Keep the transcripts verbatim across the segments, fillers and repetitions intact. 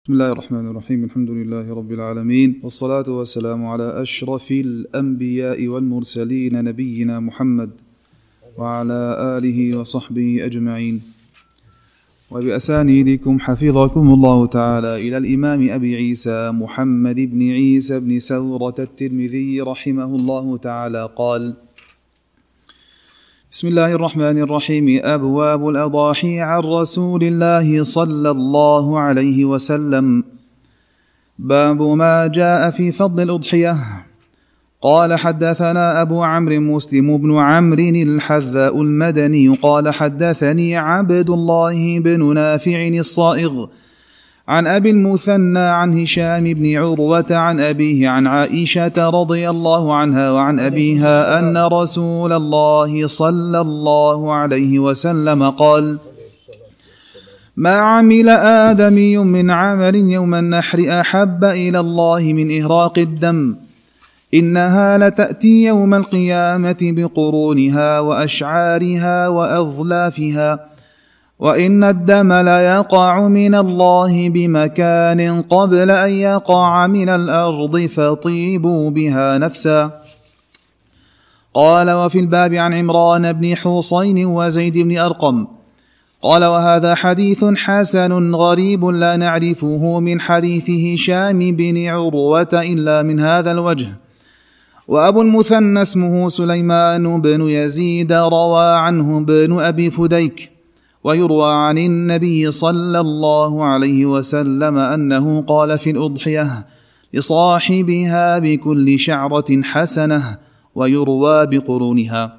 بسم الله الرحمن الرحيم. الحمد لله رب العالمين، والصلاة والسلام على أشرف الأنبياء والمرسلين نبينا محمد وعلى آله وصحبه أجمعين، وبأسانيدكم حفظكم الله تعالى إلى الإمام أبي عيسى محمد بن عيسى بن سورة الترمذي رحمه الله تعالى قال: بسم الله الرحمن الرحيم. أبواب الأضاحي عن رسول الله صلى الله عليه وسلم. باب ما جاء في فضل الأضحية. قال: حدثنا أبو عمرو مسلم بن عمرو الحذاء المدني قال: حدثني عبد الله بن نافع الصائغ عن أبي المثنى عن هشام بن عروة عن أبيه عن عائشة رضي الله عنها وعن أبيها أن رسول الله صلى الله عليه وسلم قال: ما عمل آدمي من عمل يوم النحر أحب إلى الله من إهراق الدم، إنها لتأتي يوم القيامة بقرونها وأشعارها وأظلافها، وإن الدم ليقع من الله بمكان قبل أن يقع من الأرض فطيبوا بها نفسا. قال: وفي الباب عن عمران بن حصين وزيد بن أرقم. قال: وهذا حديث حسن غريب لا نعرفه من حديث هشام بن عروة إلا من هذا الوجه. وأبو المثنى اسمه سليمان بن يزيد روى عنه بن أبي فديك. ويروى عن النبي صلى الله عليه وسلم أنه قال في الأضحية: لصاحبها بكل شعرة حسنة، ويروى بقرونها.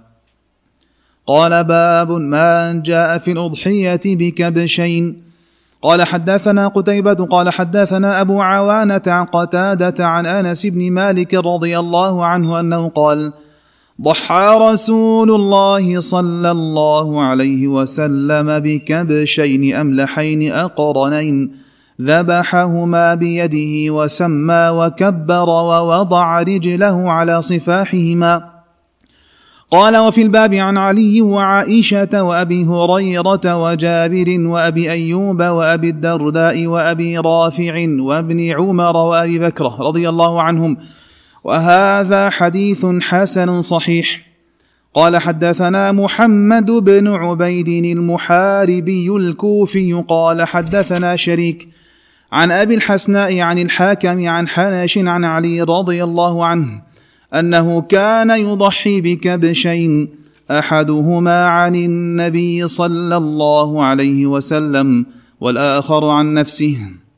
قال: باب ما جاء في الأضحية بكبشين. قال: حدثنا قتيبة قال: حدثنا أبو عوانة عن قتادة عن أنس بن مالك رضي الله عنه أنه قال: ضحى رسول الله صلى الله عليه وسلم بكبشين أملحين أقرنين، ذبحهما بيده وسمى وكبر ووضع رجله على صفاحهما. قال: وفي الباب عن علي وعائشة وأبي هريرة وجابر وأبي أيوب وأبي الدرداء وأبي رافع وابن عمر وأبي بكر رضي الله عنهم، وهذا حديث حسن صحيح. قال: حدثنا محمد بن عبيد المحاربي الكوفي قال: حدثنا شريك عن أبي الحسناء عن الحاكم عن حنش عن علي رضي الله عنه أنه كان يضحي بكبشين، أحدهما عن النبي صلى الله عليه وسلم والآخر عن نفسه.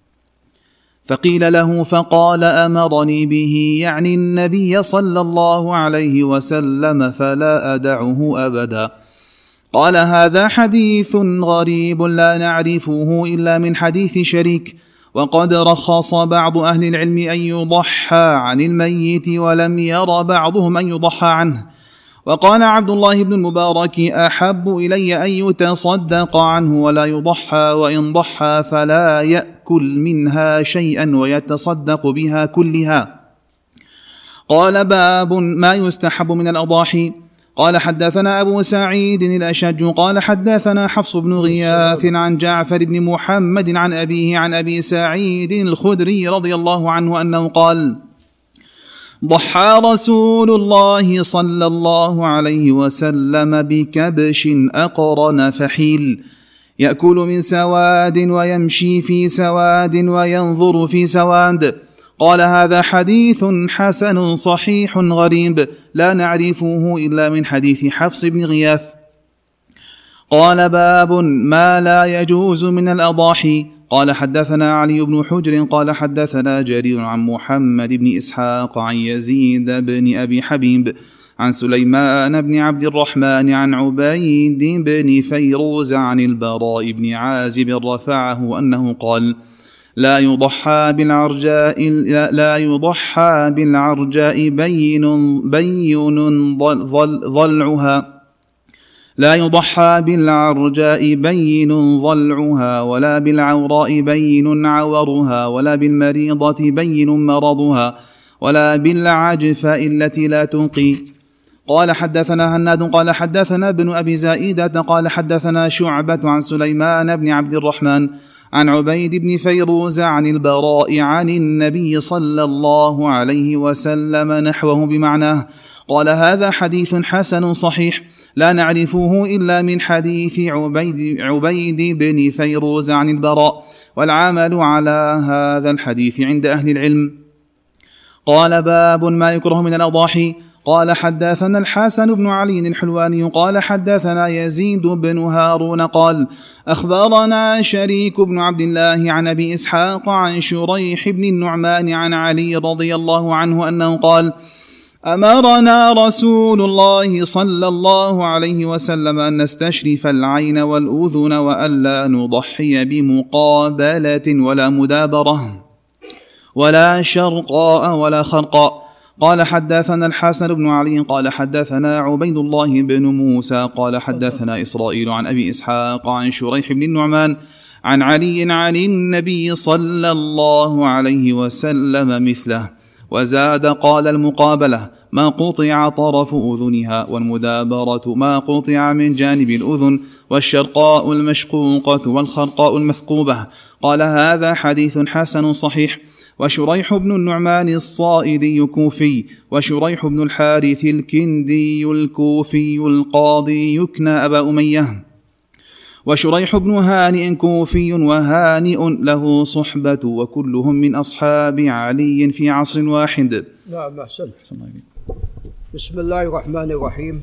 فقيل له فقال: أمرني به، يعني النبي صلى الله عليه وسلم، فلا أدعه أبدا. قال: هذا حديث غريب لا نعرفه إلا من حديث شريك، وقد رخص بعض أهل العلم أن يضحى عن الميت، ولم ير بعضهم أن يضحى عنه. وقال عبد الله بن المبارك: أحب إلي أن يتصدق عنه ولا يضحى، وإن ضحى فلا يأكل منها شيئا ويتصدق بها كلها. قال: باب ما يستحب من الأضاحي. قال: حدثنا أبو سعيد الأشج قال: حدثنا حفص بن غياث عن جعفر بن محمد عن أبيه عن أبي سعيد الخدري رضي الله عنه أنه قال: ضحى رسول الله صلى الله عليه وسلم بكبش أقرن فحيل، يأكل من سواد ويمشي في سواد وينظر في سواد. قال: هذا حديث حسن صحيح غريب لا نعرفه إلا من حديث حفص بن غياث. قال: باب ما لا يجوز من الأضاحي. قال: حدثنا علي بن حجر قال: حدثنا جرير عن محمد بن إسحاق عن يزيد بن أبي حبيب عن سليمان بن عبد الرحمن عن عبيد بن فيروز عن البراء بن عازب رفعه أنه قال: لا يضحى بالعرجاء لا يضحى بالعرجاء بين بين ضلعها لا يضحى بالعرجاء بين ضلعها، ولا بالعوراء بين عورها، ولا بالمريضة بين مرضها، ولا بالعجفاء التي لا تنقي. قال: حدثنا هناد قال: حدثنا ابن أبي زائدة قال: حدثنا شعبة عن سليمان بن عبد الرحمن عن عبيد بن فيروز عن البراء عن النبي صلى الله عليه وسلم نحوه بمعناه. قال: هذا حديث حسن صحيح لا نعرفه إلا من حديث عبيد, عبيد بن فيروز عن البراء، والعمل على هذا الحديث عند أهل العلم. قال: باب ما يكره من الأضاحي. قال: حدثنا الحسن بن علي الحلواني قال: حدثنا يزيد بن هارون قال: أخبرنا شريك بن عبد الله عن أبي إسحاق عن شريح بن النعمان عن علي رضي الله عنه أنه قال: أمرنا رسول الله صلى الله عليه وسلم أن نستشرف العين والأذن وألا نضحي بمقابلة ولا مدابرة ولا شرقاء ولا خرقاء. قال: حدثنا الحسن بن علي قال: حدثنا عبيد الله بن موسى قال: حدثنا إسرائيل عن أبي إسحاق عن شريح بن النعمان عن علي عن النبي صلى الله عليه وسلم مثله. وزاد قال: المقابلة ما قطع طرف أذنها، والمدابرة ما قطع من جانب الأذن، والشرقاء المشقوقة والخرقاء المثقوبة. قال: هذا حديث حسن صحيح. وشريح بن النعمان الصائدي كوفي، وشريح بن الحارث الكندي الكوفي القاضي يكنى أبا أمية، وشريح بن هانئ كوفي وهانئ له صحبة، وكلهم من أصحاب علي في عصر واحد. نعم أحسن. بسم الله الرحمن الرحيم،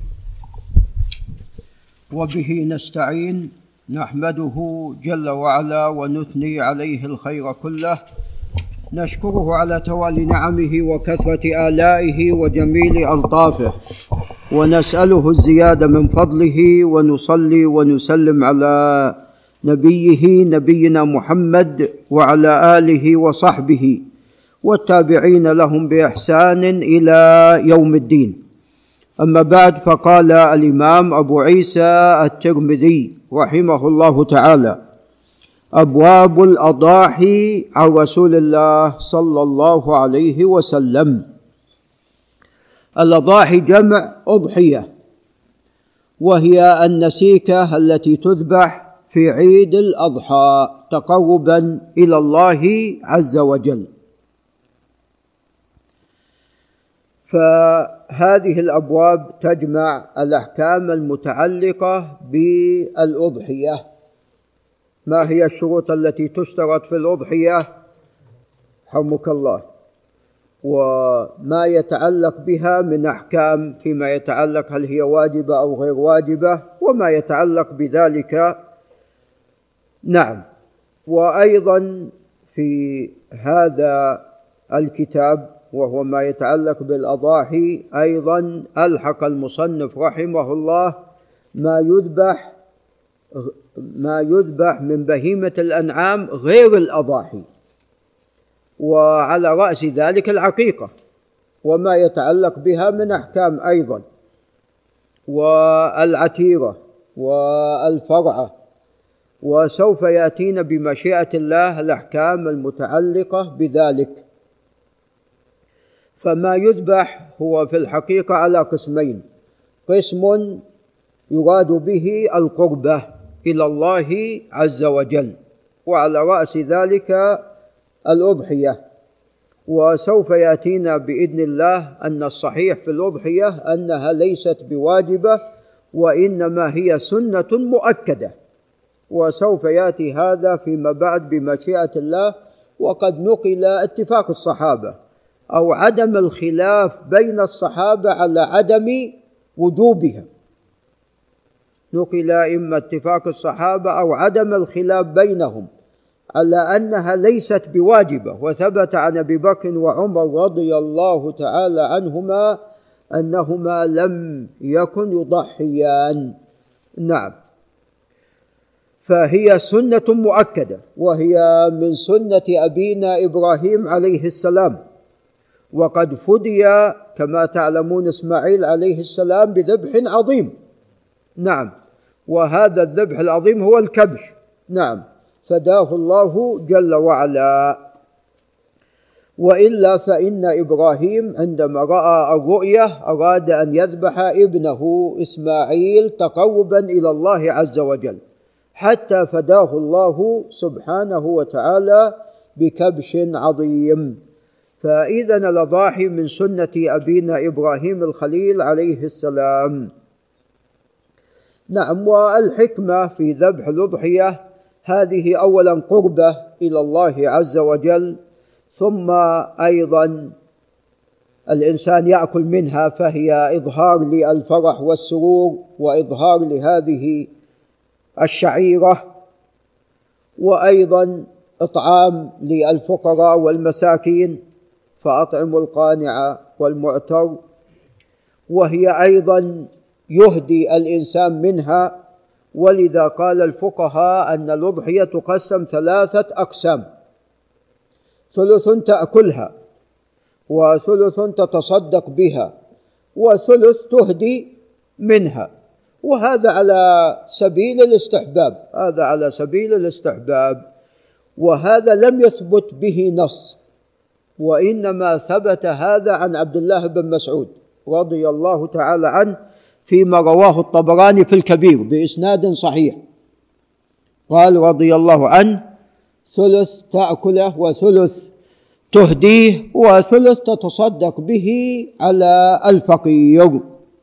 وبه نستعين، نحمده جل وعلا ونثني عليه الخير كله، نشكره على توالي نعمه وكثرة آلائه وجميل ألطافه، ونسأله الزيادة من فضله، ونصلي ونسلم على نبيه نبينا محمد وعلى آله وصحبه والتابعين لهم بإحسان إلى يوم الدين. أما بعد، فقال الإمام أبو عيسى الترمذي رحمه الله تعالى: أبواب الأضاحي عن رسول الله صلى الله عليه وسلم. الأضاحي جمع أضحية، وهي النسيكة التي تذبح في عيد الأضحى تقربا إلى الله عز وجل. فهذه الأبواب تجمع الأحكام المتعلقة بالأضحية. ما هي الشروط التي تشترط في الأضحية؟ حمك الله. وما يتعلق بها من أحكام فيما يتعلق هل هي واجبة أو غير واجبة، وما يتعلق بذلك. نعم. وأيضا في هذا الكتاب وهو ما يتعلق بالأضاحي أيضا ألحق المصنف رحمه الله ما يذبح ما يذبح من بهيمة الأنعام غير الأضاحي، وعلى رأس ذلك العقيقة وما يتعلق بها من أحكام أيضا، والعتيرة والفرعة، وسوف يأتينا بمشيئة الله الأحكام المتعلقة بذلك. فما يذبح هو في الحقيقة على قسمين: قسم يراد به القربة إلى الله عز وجل، وعلى رأس ذلك الأضحية. وسوف يأتينا بإذن الله أن الصحيح في الأضحية أنها ليست بواجبة، وإنما هي سنة مؤكدة، وسوف يأتي هذا فيما بعد بمشيئة الله. وقد نقل اتفاق الصحابة أو عدم الخلاف بين الصحابة على عدم وجوبها. نقل إما اتفاق الصحابة أو عدم الخلاف بينهم على أنها ليست بواجبة. وثبت عن أبي بكر وعمر رضي الله تعالى عنهما أنهما لم يكن يضحيان. نعم. فهي سنة مؤكدة، وهي من سنة أبينا إبراهيم عليه السلام، وقد فدي كما تعلمون إسماعيل عليه السلام بذبح عظيم. نعم. وهذا الذبح العظيم هو الكبش. نعم. فداه الله جل وعلا. وإلا فإن إبراهيم عندما رأى الرؤية أراد أن يذبح ابنه إسماعيل تقربا إلى الله عز وجل، حتى فداه الله سبحانه وتعالى بكبش عظيم. فإذا الأضاحي من سنة أبينا إبراهيم الخليل عليه السلام. نعم. والحكمة في ذبح الأضحية هذه أولا قربة إلى الله عز وجل، ثم أيضا الإنسان يأكل منها فهي إظهار للفرح والسرور وإظهار لهذه الشعيرة، وأيضا إطعام للفقراء والمساكين، فأطعموا القانع والمعتر. وهي أيضا يهدي الإنسان منها، ولذا قال الفقهاء أن الأضحية تقسم ثلاثة أقسام: ثلث تأكلها، وثلث تتصدق بها، وثلث تهدي منها. وهذا على سبيل الاستحباب، هذا على سبيل الاستحباب، وهذا لم يثبت به نص، وإنما ثبت هذا عن عبد الله بن مسعود رضي الله تعالى عنه فيما رواه الطبراني في الكبير بإسناد صحيح. قال رضي الله عنه: ثلث تأكله، وثلث تهديه، وثلث تتصدق به على الفقير.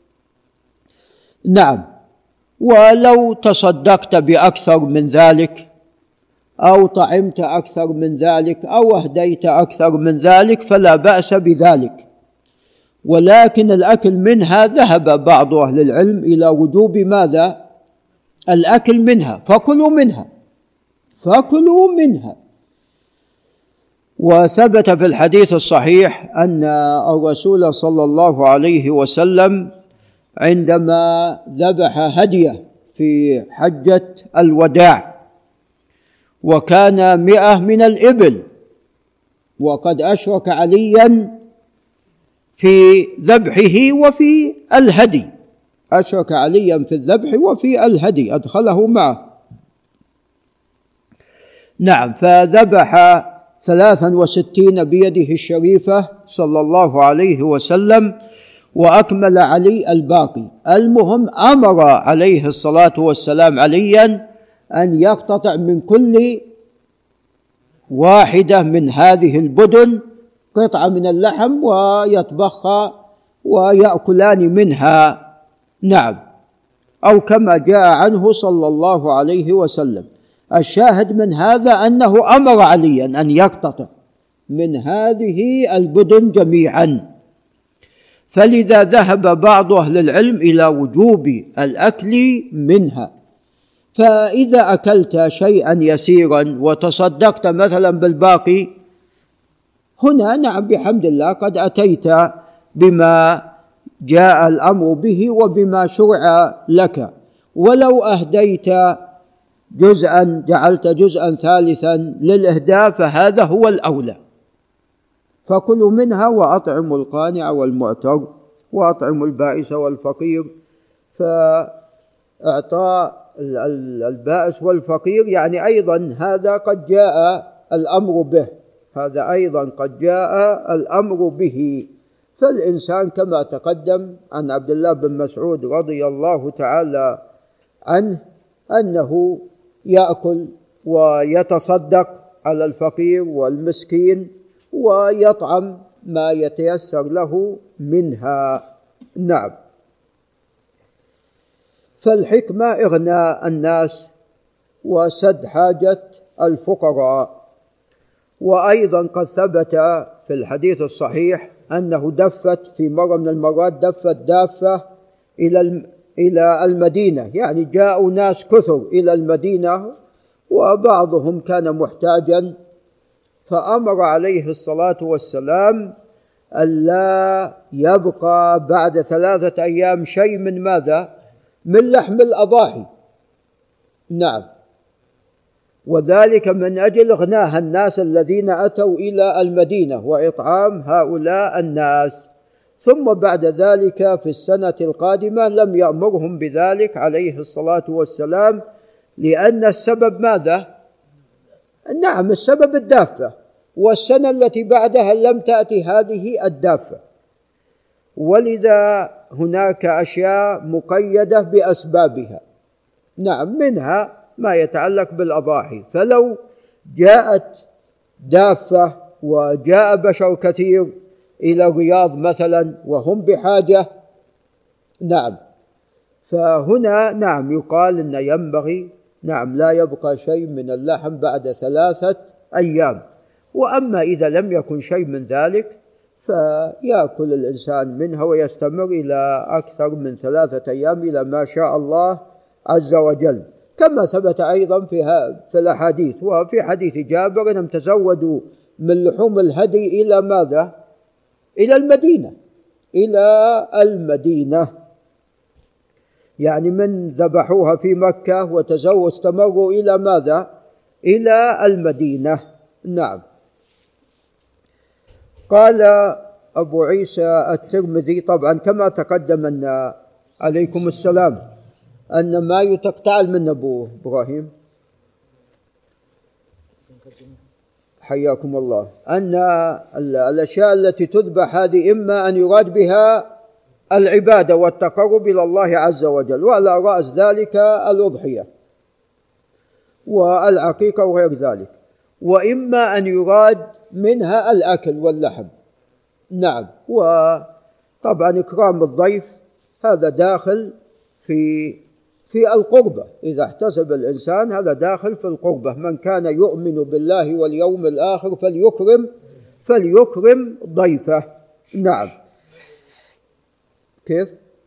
نعم. ولو تصدقت بأكثر من ذلك، أو طعمت أكثر من ذلك، أو أهديت أكثر من ذلك فلا بأس بذلك، ولكن الأكل منها ذهب بعض أهل العلم إلى وجوب ماذا؟ الأكل منها، فكلوا منها، فكلوا منها. وثبت في الحديث الصحيح أن الرسول صلى الله عليه وسلم عندما ذبح هديه في حجة الوداع، وكان مئة من الإبل، وقد أشرك عليا في ذبحه وفي الهدي، أشرك عليا في الذبح وفي الهدي، أدخله معه. نعم. فذبح ثلاثا وستين بيده الشريفة صلى الله عليه وسلم، وأكمل علي الباقي. المهم أمر عليه الصلاة والسلام عليا أن يقتطع من كل واحدة من هذه البدن قطعة من اللحم ويطبخها ويأكلان منها. نعم. أو كما جاء عنه صلى الله عليه وسلم. الشاهد من هذا أنه أمر عليا أن يقتطع من هذه البدن جميعا، فلذا ذهب بعض أهل العلم إلى وجوب الأكل منها. فإذا أكلت شيئا يسيرا وتصدقت مثلا بالباقي، هنا نعم بحمد الله قد أتيت بما جاء الأمر به وبما شرع لك. ولو أهديت جزءا، جعلت جزءا ثالثا للإهداء، فهذا هو الأولى. فكلوا منها وأطعموا القانع والمعتر وأطعموا البائس والفقير. فإعطاء البائس والفقير يعني أيضا هذا قد جاء الأمر به، هذا أيضا قد جاء الأمر به. فالإنسان كما تقدم عن عبد الله بن مسعود رضي الله تعالى عنه أنه يأكل ويتصدق على الفقير والمسكين ويطعم ما يتيسر له منها. نعم. فالحكمة إغناء الناس وسد حاجة الفقراء. وأيضا قد ثبت في الحديث الصحيح أنه دفت في مرة من المرات دفت دافة إلى إلى المدينة، يعني جاءوا ناس كثر إلى المدينة وبعضهم كان محتاجا، فأمر عليه الصلاة والسلام ألا يبقى بعد ثلاثة أيام شيء من ماذا؟ من لحم الأضاحي. نعم. وذلك من أجل إغناء الناس الذين أتوا إلى المدينة وإطعام هؤلاء الناس. ثم بعد ذلك في السنة القادمة لم يأمرهم بذلك عليه الصلاة والسلام، لأن السبب ماذا؟ نعم السبب الدافة، والسنة التي بعدها لم تأتي هذه الدافة، ولذا هناك أشياء مقيدة بأسبابها. نعم منها ما يتعلق بالأضاحي. فلو جاءت دافة وجاء بشر كثير إلى الرياض مثلا وهم بحاجة، نعم، فهنا نعم يقال إن ينبغي نعم لا يبقى شيء من اللحم بعد ثلاثة أيام. وأما إذا لم يكن شيء من ذلك فيأكل الإنسان منها ويستمر إلى أكثر من ثلاثة أيام إلى ما شاء الله عز وجل، كما ثبت أيضا في في الأحاديث. وفي حديث جابر أنهم تزودوا من لحوم الهدي إلى ماذا؟ إلى المدينة، إلى المدينة، يعني من ذبحوها في مكة وتزوجوا استمروا إلى ماذا؟ إلى المدينة. نعم. قال أبو عيسى الترمذي، طبعا كما تقدم أن عليكم السلام أن ما يتقطع من أبو إبراهيم حياكم الله، أن الأشياء التي تذبح هذه إما أن يراد بها العبادة والتقرب إلى الله عز وجل، وعلى رأس ذلك الأضحية والعقيقة وغير ذلك، وإما أن يراد منها الأكل واللحم. نعم. وطبعا إكرام الضيف هذا داخل في في القربة، إذا احتسب الإنسان هذا داخل في القربة. من كان يؤمن بالله واليوم الآخر فليكرم فليكرم ضيفه. نعم. كيف؟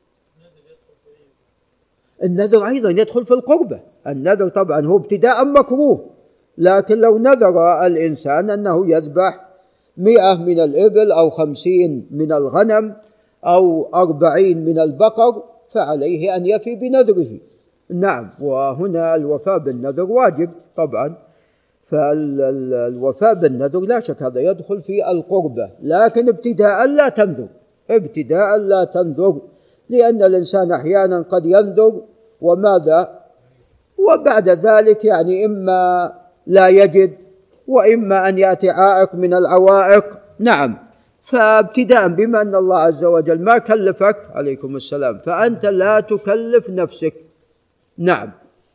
النذر أيضا يدخل في القربة. النذر طبعا هو ابتداء مكروه، لكن لو نذر الإنسان أنه يذبح مئة من الإبل أو خمسين من الغنم أو أربعين من البقر فعليه أن يفي بنذره. نعم. وهنا الوفاء بالنذر واجب طبعا، فالوفاء بالنذر لا شك هذا يدخل في القربة، لكن ابتداء لا تنذر، ابتداء لا تنذر، لأن الإنسان أحيانا قد ينذر وماذا وبعد ذلك يعني إما لا يجد وإما أن يأتي عائق من العوائق. نعم. فابتداء بما أن الله عز وجل ما كلفك عليكم السلام فأنت لا تكلف نفسك. نعم.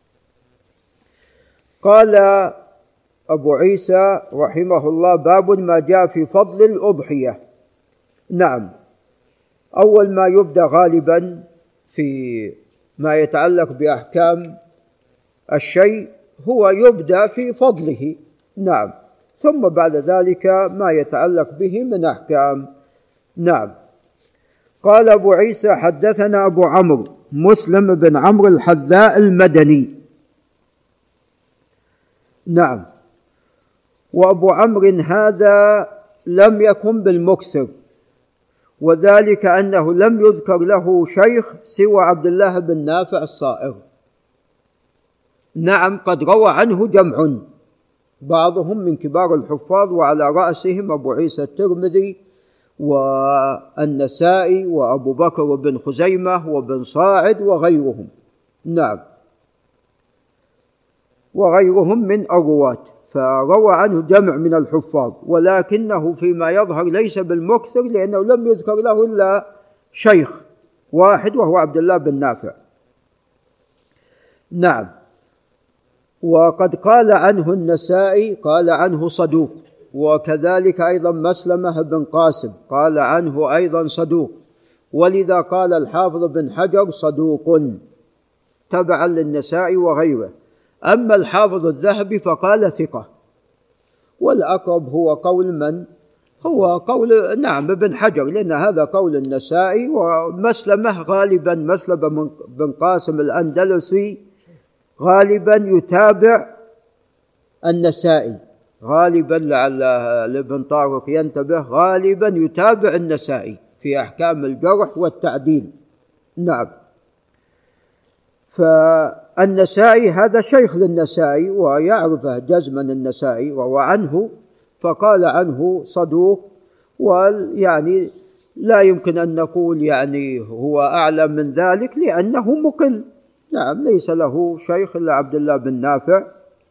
قال أبو عيسى رحمه الله: باب ما جاء في فضل الأضحية. نعم. أول ما يبدأ غالبا في ما يتعلق بأحكام الشيء هو يبدأ في فضله. نعم. ثم بعد ذلك ما يتعلق به من أحكام. نعم. قال أبو عيسى: حدثنا أبو عمرو مسلم بن عمرو الحذاء المدني. نعم. وأبو عمرو هذا لم يكن بالمكثر، وذلك أنه لم يذكر له شيخ سوى عبد الله بن نافع الصائغ. نعم. قد روى عنه جمع، بعضهم من كبار الحفاظ، وعلى رأسهم أبو عيسى الترمذي والنسائي وأبو بكر بن خزيمة وبن صاعد وغيرهم. نعم. وغيرهم من الرواة، فروى عنه جمع من الحفاظ، ولكنه فيما يظهر ليس بالمكثر، لأنه لم يذكر له إلا شيخ واحد وهو عبد الله بن نافع. نعم. وقد قال عنه النسائي قال عنه صدوق، وكذلك أيضا مسلمة بن قاسم قال عنه أيضا صدوق، ولذا قال الحافظ بن حجر صدوق تبعا للنسائي وغيره. أما الحافظ الذهبي فقال ثقة، والأقرب هو قول من؟ هو قول نعم ابن حجر، لأن هذا قول النسائي. ومسلمة غالبا مسلمة بن قاسم الأندلسي غالبا يتابع النسائي، غالبا لعل ابن طارق ينتبه، غالبا يتابع النسائي في أحكام الجرح والتعديل. نعم. فالنسائي هذا شيخ للنسائي ويعرفه جزما النسائي، وهو عنه فقال عنه صدوق، ويعني لا يمكن أن نقول يعني هو أعلى من ذلك لأنه مقل. نعم. ليس له شيخ إلا عبد الله بن نافع.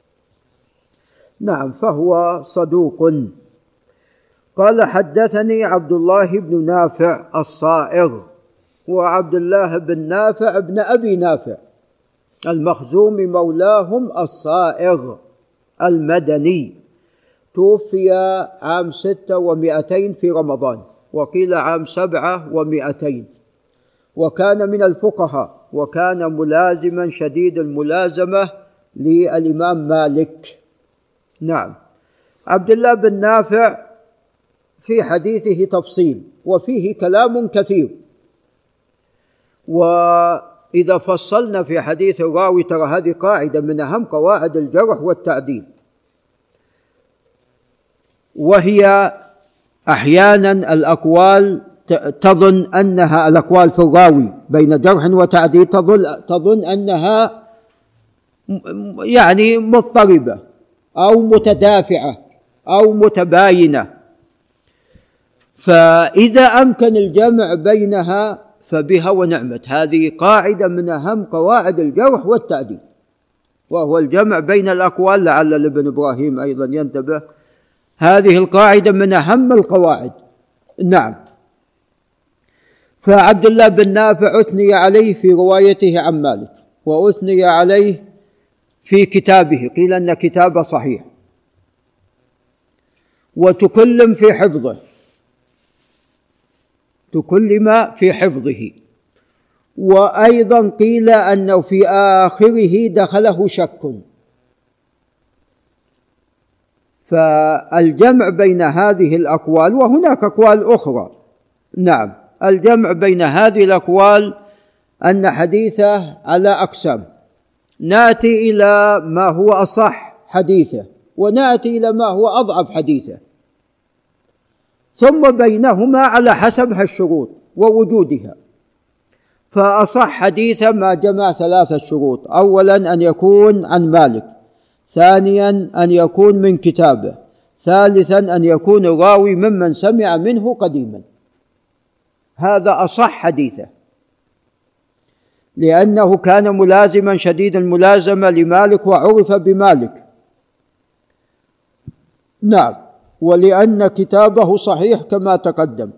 نعم. فهو صدوق. قال: حدثني عبد الله بن نافع الصائغ، وعبد الله بن نافع ابن أبي نافع، المخزومي مولاهم الصائغ المدني، توفي عام ستة ومائتين في رمضان، وقيل عام سبعة ومائتين، وكان من الفقهاء، وكان ملازما شديد الملازمة للإمام مالك. نعم. عبد الله بن نافع في حديثه تفصيل وفيه كلام كثير، وإذا فصلنا في حديث الراوي ترى هذه قاعدة من أهم قواعد الجرح والتعديل، وهي أحيانا الأقوال تظن أنها الأقوال في الراوي بين جرح وتعديل تظن, تظن أنها يعني مضطربة أو متدافعة أو متباينة، فإذا أمكن الجمع بينها فبها ونعمت. هذه قاعدة من أهم قواعد الجرح والتعديل، وهو الجمع بين الأقوال. لعل ابن إبراهيم أيضا ينتبه، هذه القاعدة من أهم القواعد. نعم. فعبد الله بن نافع أثني عليه في روايته عن مالك، وأثني عليه في كتابه، قيل أن كتابه صحيح، وتكلم في حفظه، تكلم في حفظه، وأيضا قيل أنه في آخره دخله شك. فالجمع بين هذه الأقوال، وهناك أقوال أخرى، نعم، الجمع بين هذه الأقوال أن حديثه على أقسام، نأتي إلى ما هو أصح حديثه، ونأتي إلى ما هو أضعف حديثه، ثم بينهما على حسب هالشروط ووجودها. فأصح حديثه ما جمع ثلاثة شروط: أولا أن يكون عن مالك، ثانيا أن يكون من كتابه، ثالثا أن يكون الراوي ممن سمع منه قديما. هذا أصح حديثه، لأنه كان ملازما شديد الملازمة لمالك وعرف بمالك. نعم. ولأن كتابه صحيح كما تقدم،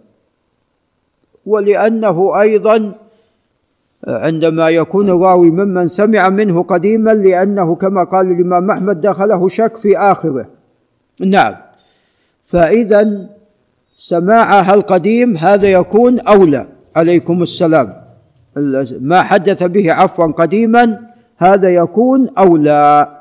ولأنه أيضا عندما يكون الراوي ممن سمع منه قديما، لأنه كما قال الإمام أحمد دخله شك في آخره. نعم. فإذا سماعها القديم هذا يكون أولى. عليكم السلام. ما حدث به عفوا قديما هذا يكون أولى.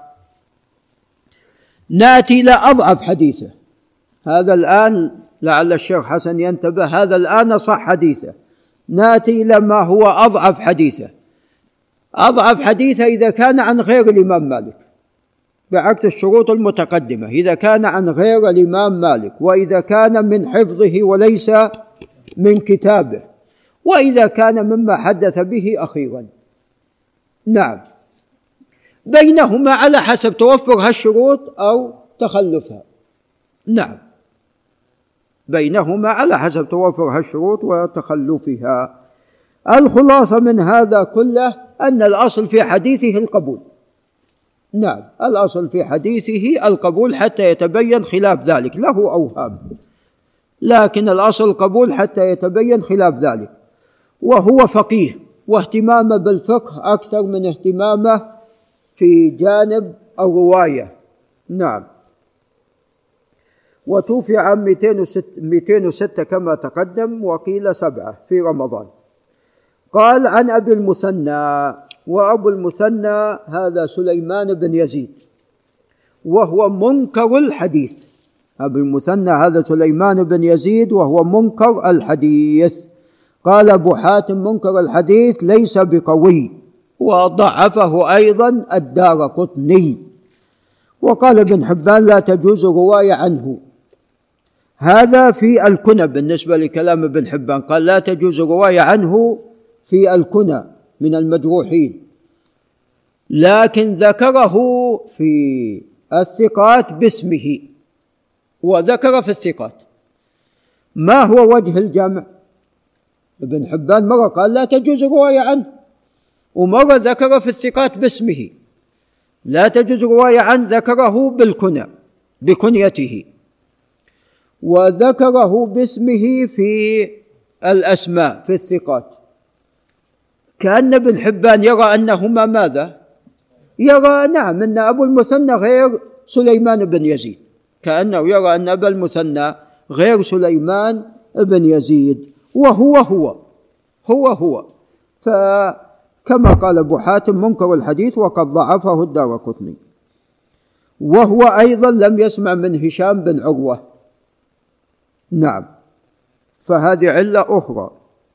نأتي إلى أضعف حديثه. هذا الآن لعل الشيخ حسن ينتبه، هذا الآن صح حديثه. نأتي إلى ما هو أضعف حديثه. أضعف حديثه إذا كان عن غير الإمام مالك، بعكس الشروط المتقدمة، إذا كان عن غير الإمام مالك، وإذا كان من حفظه وليس من كتابه، وإذا كان مما حدث به أخيرا. نعم. بينهما على حسب توفر هالشروط أو تخلفها. نعم. بينهما على حسب توفر هالشروط وتخلفها. الخلاصة من هذا كله أن الأصل في حديثه القبول. نعم، الأصل في حديثه القبول حتى يتبين خلاف ذلك، له أوهام، لكن الأصل القبول حتى يتبين خلاف ذلك. وهو فقيه، واهتمامه بالفقه أكثر من اهتمامه في جانب الرواية. نعم. وتوفي عام مئتين وستة كما تقدم، وقيل سبعة في رمضان. قال عن أبي المثنى، وأبو المثنى هذا سليمان بن يزيد، وهو منكر الحديث. أبو المثنى هذا سليمان بن يزيد وهو منكر الحديث. قال أبو حاتم منكر الحديث ليس بقوي، وضعفه أيضا الدارقطني. وقال ابن حبان لا تجوز رواية عنه. هذا في الكنى بالنسبة لكلام ابن حبان، قال لا تجوز رواية عنه في الكنى من المجروحين، لكن ذكره في الثقات باسمه، وذكر في الثقات. ما هو وجه الجمع؟ ابن حبان مرة قال لا تجوز رواية عنه، ومرة ذكر في الثقات باسمه. لا تجوز رواية عنه ذكره بالكنى بكنيته، وذكره باسمه في الأسماء في الثقات. كأن ابن حبان يرى أنهما ماذا؟ يرى نعم أن أبو المثنى غير سليمان بن يزيد، كأنه يرى أن أبا المثنى غير سليمان بن يزيد، وهو هو هو هو فكما قال أبو حاتم منكر الحديث وقد ضعفه الدارقطني. وهو أيضا لم يسمع من هشام بن عروة، نعم، فهذه علة أخرى.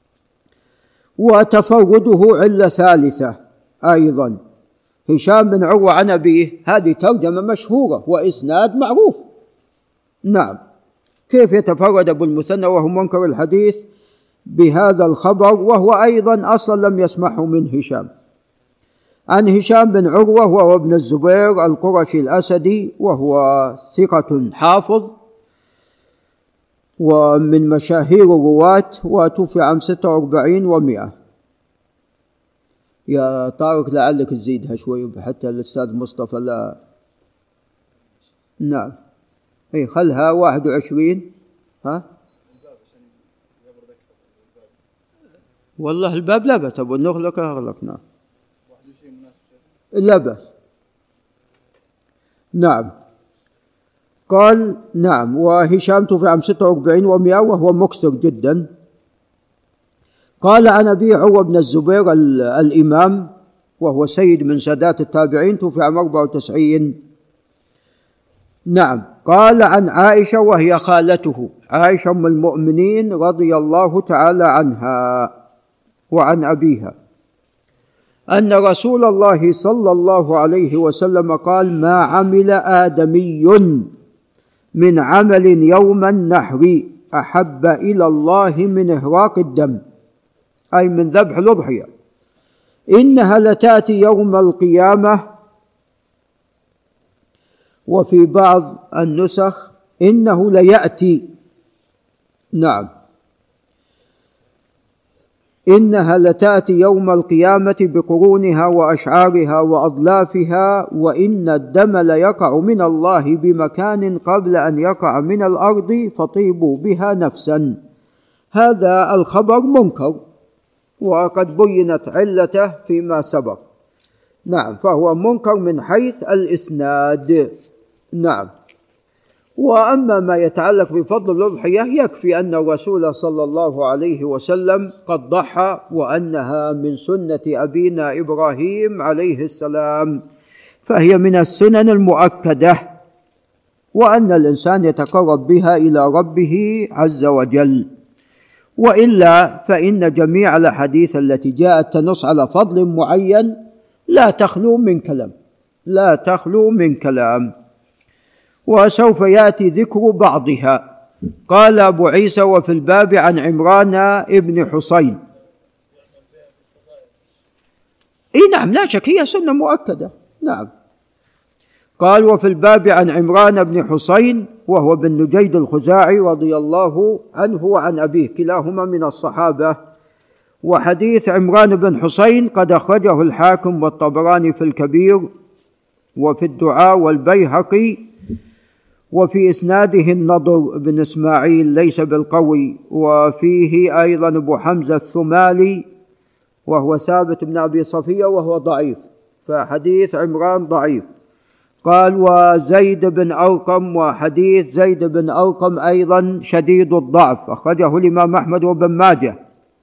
وتفرده علة ثالثة أيضا، هشام بن عروة عن أبيه، هذه ترجمة مشهورة وإسناد معروف، نعم، كيف يتفرد أبو المثنى وهو منكر الحديث بهذا الخبر وهو أيضا أصلا لم يسمعه من هشام؟ عن هشام بن عروة وهو ابن الزبير القرشي الأسدي، وهو ثقة حافظ ومن مشاهير الرواة، وتوفي عام ستة وأربعين ومئة. يا طارق لعلك تزيدها شوي حتى الأستاذ مصطفى لا، نعم، اي خلها واحد وعشرين. ها والله الباب لا بأس، أبو نغلق أغلقنا، لا بأس، نعم. قال نعم، وهشام توفي عام ستة وأربعين ومئة وهو مكثر جدا. قال عن أبي عروة بن الزبير الإمام وهو سيد من سادات التابعين، توفي عام أربعة وتسعين، نعم. قال عن عائشة وهي خالته، عائشة أم المؤمنين رضي الله تعالى عنها وعن أبيها، أن رسول الله صلى الله عليه وسلم قال: ما عمل آدمي من عمل يوم النحر أحب إلى الله من إهراق الدم، أي من ذبح الأضحية، إنها لتأتي يوم القيامة، وفي بعض النسخ إنه ليأتي، نعم، إنها لتأتي يوم القيامة بقرونها وأشعارها وأضلافها، وإن الدم ليقع من الله بمكان قبل أن يقع من الأرض فطيبوا بها نفسا. هذا الخبر منكر وقد بينت علته فيما سبق، نعم، فهو منكر من حيث الإسناد، نعم. وأما ما يتعلق بفضل الأضحية يكفي أن الرسول صلى الله عليه وسلم قد ضحى، وأنها من سنة أبينا إبراهيم عليه السلام، فهي من السنن المؤكدة، وأن الإنسان يتقرب بها إلى ربه عز وجل. وإلا فإن جميع الأحاديث التي جاءت تنص على فضل معين لا تخلو من كلام، لا تخلو من كلام، وسوف يأتي ذكر بعضها. قال أبو عيسى: وفي الباب عن عمران ابن حسين. إيه نعم، لا شك هي سنة مؤكدة، نعم. قال: وفي الباب عن عمران بن حسين وهو بن نجيد الخزاعي رضي الله عنه وعن أبيه، كلاهما من الصحابة. وحديث عمران بن حسين قد أخرجه الحاكم والطبراني في الكبير وفي الدعاء والبيهقي، وفي إسناده النضر بن إسماعيل ليس بالقوي، وفيه أيضا أبو حمزة الثمالي وهو ثابت بن أبي صفية وهو ضعيف، فحديث عمران ضعيف. قال: وزيد بن أرقم، وحديث زيد بن أرقم أيضا شديد الضعف، أخرجه الإمام أحمد وابن ماجه.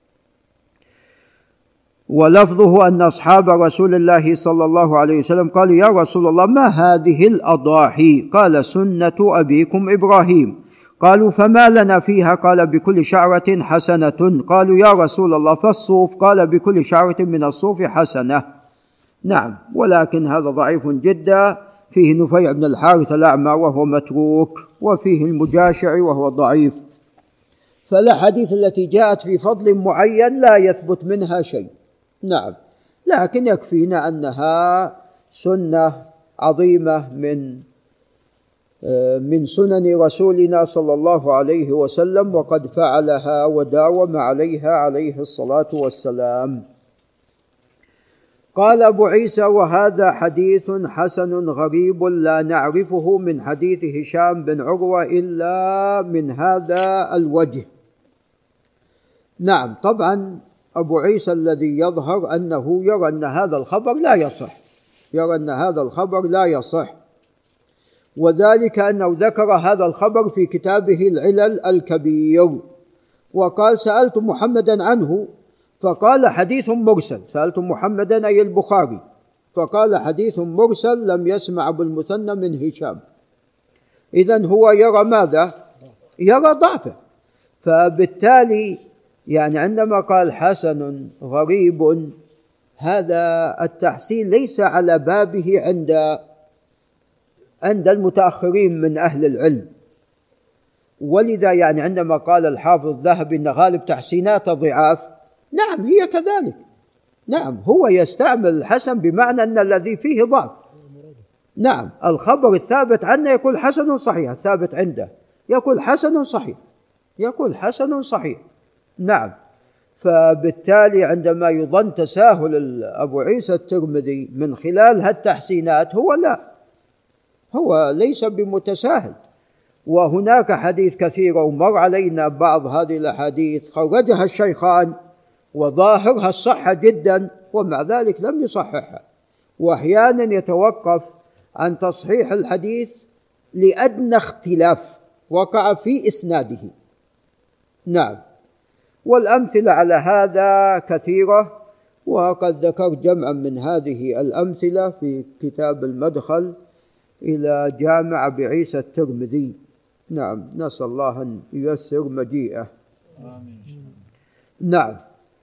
ولفظه أن أصحاب رسول الله صلى الله عليه وسلم قالوا: يا رسول الله ما هذه الأضاحي؟ قال: سنة أبيكم إبراهيم. قالوا: فما لنا فيها؟ قال: بكل شعرة حسنة. قالوا: يا رسول الله فالصوف؟ قال: بكل شعرة من الصوف حسنة. نعم، ولكن هذا ضعيف جدا، فيه نفيع بن الحارث الأعمى وهو متروك، وفيه المجاشع وهو ضعيف، فالأحاديث التي جاءت في فضل معين لا يثبت منها شيء، نعم، لكن يكفينا أنها سنة عظيمة من من سنن رسولنا صلى الله عليه وسلم، وقد فعلها وداوم عليها عليه الصلاة والسلام. قال أبو عيسى: وهذا حديث حسن غريب لا نعرفه من حديث هشام بن عروة إلا من هذا الوجه. نعم، طبعا أبو عيسى الذي يظهر أنه يرى أن هذا الخبر لا يصح، يرى أن هذا الخبر لا يصح، وذلك أنه ذكر هذا الخبر في كتابه العلل الكبير، وقال سألت محمدا عنه فقال حديث مرسل. سألت محمدا أي البخاري، فقال حديث مرسل لم يسمع أبو المثنى من هشام. إذن هو يرى ماذا؟ يرى ضعفه. فبالتالي يعني عندما قال حسن غريب، هذا التحسين ليس على بابه عند عند المتأخرين من أهل العلم. ولذا يعني عندما قال الحافظ الذهبي أن غالب تحسينات ضعاف، نعم هي كذلك، نعم هو يستعمل الحسن بمعنى أن الذي فيه ضعف. نعم الخبر الثابت عنه يقول حسن صحيح، الثابت عنده يقول حسن صحيح، يقول حسن صحيح. نعم. فبالتالي عندما يظن تساهل أبو عيسى الترمذي من خلال هالتحسينات، هو لا، هو ليس بمتساهل. وهناك حديث كثير ومر علينا بعض هذه الأحاديث خرجها الشيخان وظاهرها الصحة جدا، ومع ذلك لم يصححها، وأحيانا يتوقف عن تصحيح الحديث لأدنى اختلاف وقع في إسناده. نعم. والأمثلة على هذا كثيرة، وقد ذكرت جمعا من هذه الأمثلة في كتاب المدخل إلى جامع أبي عيسى الترمذي. نعم، نسأل الله أن ييسر مجيئه. آمين. نعم.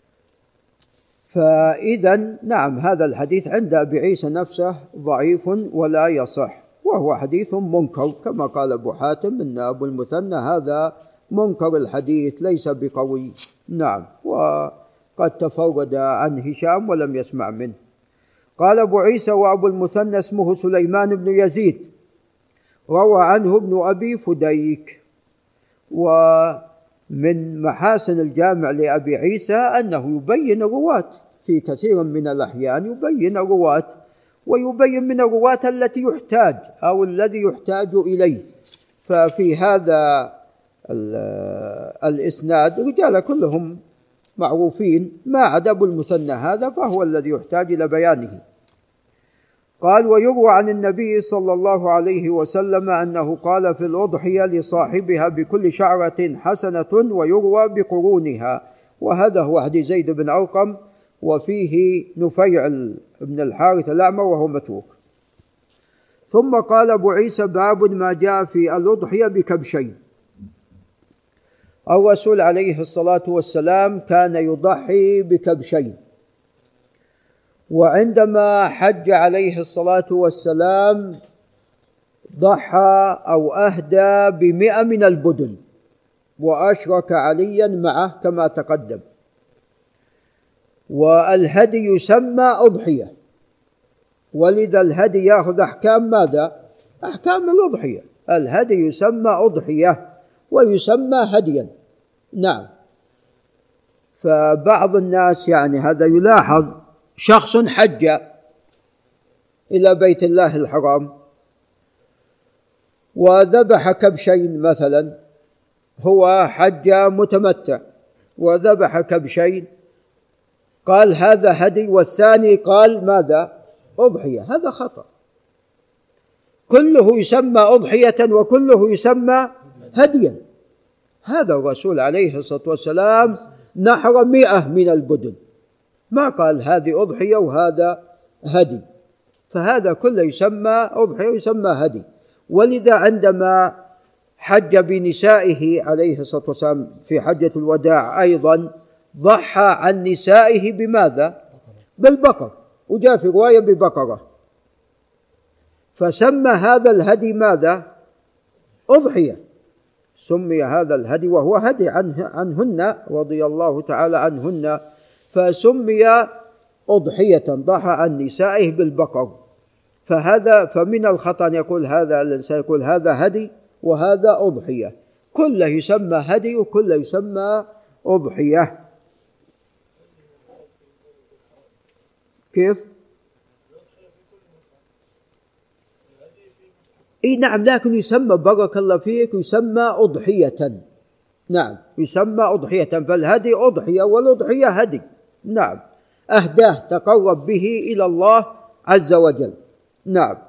فإذا نعم هذا الحديث عند أبي عيسى نفسه ضعيف ولا يصح، وهو حديث منكر، كما قال أبو حاتم أن أبو المثنى هذا منكر الحديث ليس بقوي. نعم. وقد تفرد عن هشام ولم يسمع منه. قال أبو عيسى وأبو المثنى اسمه سليمان بن يزيد، روى عنه ابن أبي فديك. ومن محاسن الجامع لأبي عيسى أنه يبين الرواة في كثير من الأحيان، يبين الرواة ويبين من الرواة التي يحتاج أو الذي يحتاج إليه. ففي هذا الإسناد رجال كلهم معروفين ما عدا أبو المثنى هذا، فهو الذي يحتاج إلى بيانه. قال ويروى عن النبي صلى الله عليه وسلم أنه قال في الأضحية لصاحبها بكل شعرة حسنة، ويروى بقرونها، وهذا هو حديث زيد بن أرقم، وفيه نفيع بن الحارث الأعمى وهو متروك. ثم قال أبو عيسى باب ما جاء في الأضحية بكبشين. الرسول عليه الصلاة والسلام كان يضحي بكبشين، وعندما حج عليه الصلاة والسلام ضحى أو أهدى بمئة من البدن، وأشرك عليا معه كما تقدم. والهدي يسمى أضحية، ولذا الهدي يأخذ أحكام ماذا؟ أحكام الأضحية. الهدي يسمى أضحية ويسمى هديا. نعم. فبعض الناس يعني هذا يلاحظ، شخص حج إلى بيت الله الحرام وذبح كبشين مثلا، هو حج متمتع وذبح كبشين، قال هذا هدي، والثاني قال ماذا؟ أضحية. هذا خطأ، كله يسمى أضحية وكله يسمى هديا. هذا الرسول عليه الصلاة والسلام نحر مئة من البدن، ما قال هذه أضحية وهذا هدي، فهذا كله يسمى أضحية ويسمى هدي. ولذا عندما حج بنسائه عليه الصلاة والسلام في حجة الوداع أيضا ضحى عن نسائه بماذا؟ بالبقر، وجاء في رواية ببقرة، فسمى هذا الهدي ماذا؟ أضحية. سمي هذا الهدي وهو هدي عنهن رضي الله تعالى عنهن، فسمي أضحية، ضحى عن نسائه بالبقر. فهذا فمن الخطأ أن يقول هذا الإنسان يقول هذا هدي وهذا أضحية، كله يسمى هدي وكله يسمى أضحية. كيف؟ اي نعم، لكن يسمى بارك الله فيك يسمى أضحية. نعم يسمى أضحية، فالهدي أضحية والأضحية هدي. نعم، أهداه تقرب به إلى الله عز وجل. نعم.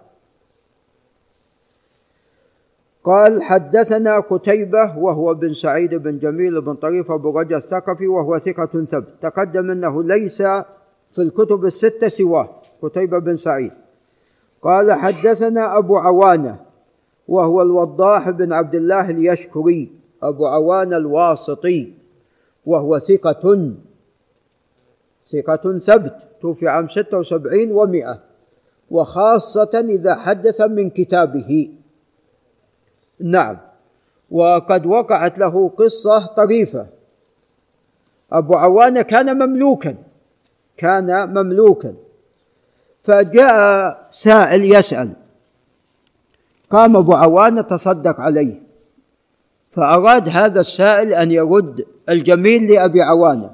قال حدثنا قتيبة وهو بن سعيد بن جميل بن طريف أبو رجا الثقفي وهو ثقة ثبت، تقدم أنه ليس في الكتب الستة سواه، قتيبة بن سعيد. قال حدثنا أبو عوانة وهو الوضاح بن عبد الله اليشكري أبو عوانة الواسطي وهو ثقة ثقة ثبت، توفي عام ستة وسبعين ومئة، وخاصة إذا حدث من كتابه. نعم. وقد وقعت له قصة طريفة. أبو عوانة كان مملوكا كان مملوكا فجاء سائل يسأل، قام أبو عوانة تصدق عليه، فأراد هذا السائل أن يرد الجميل لأبي عوانة،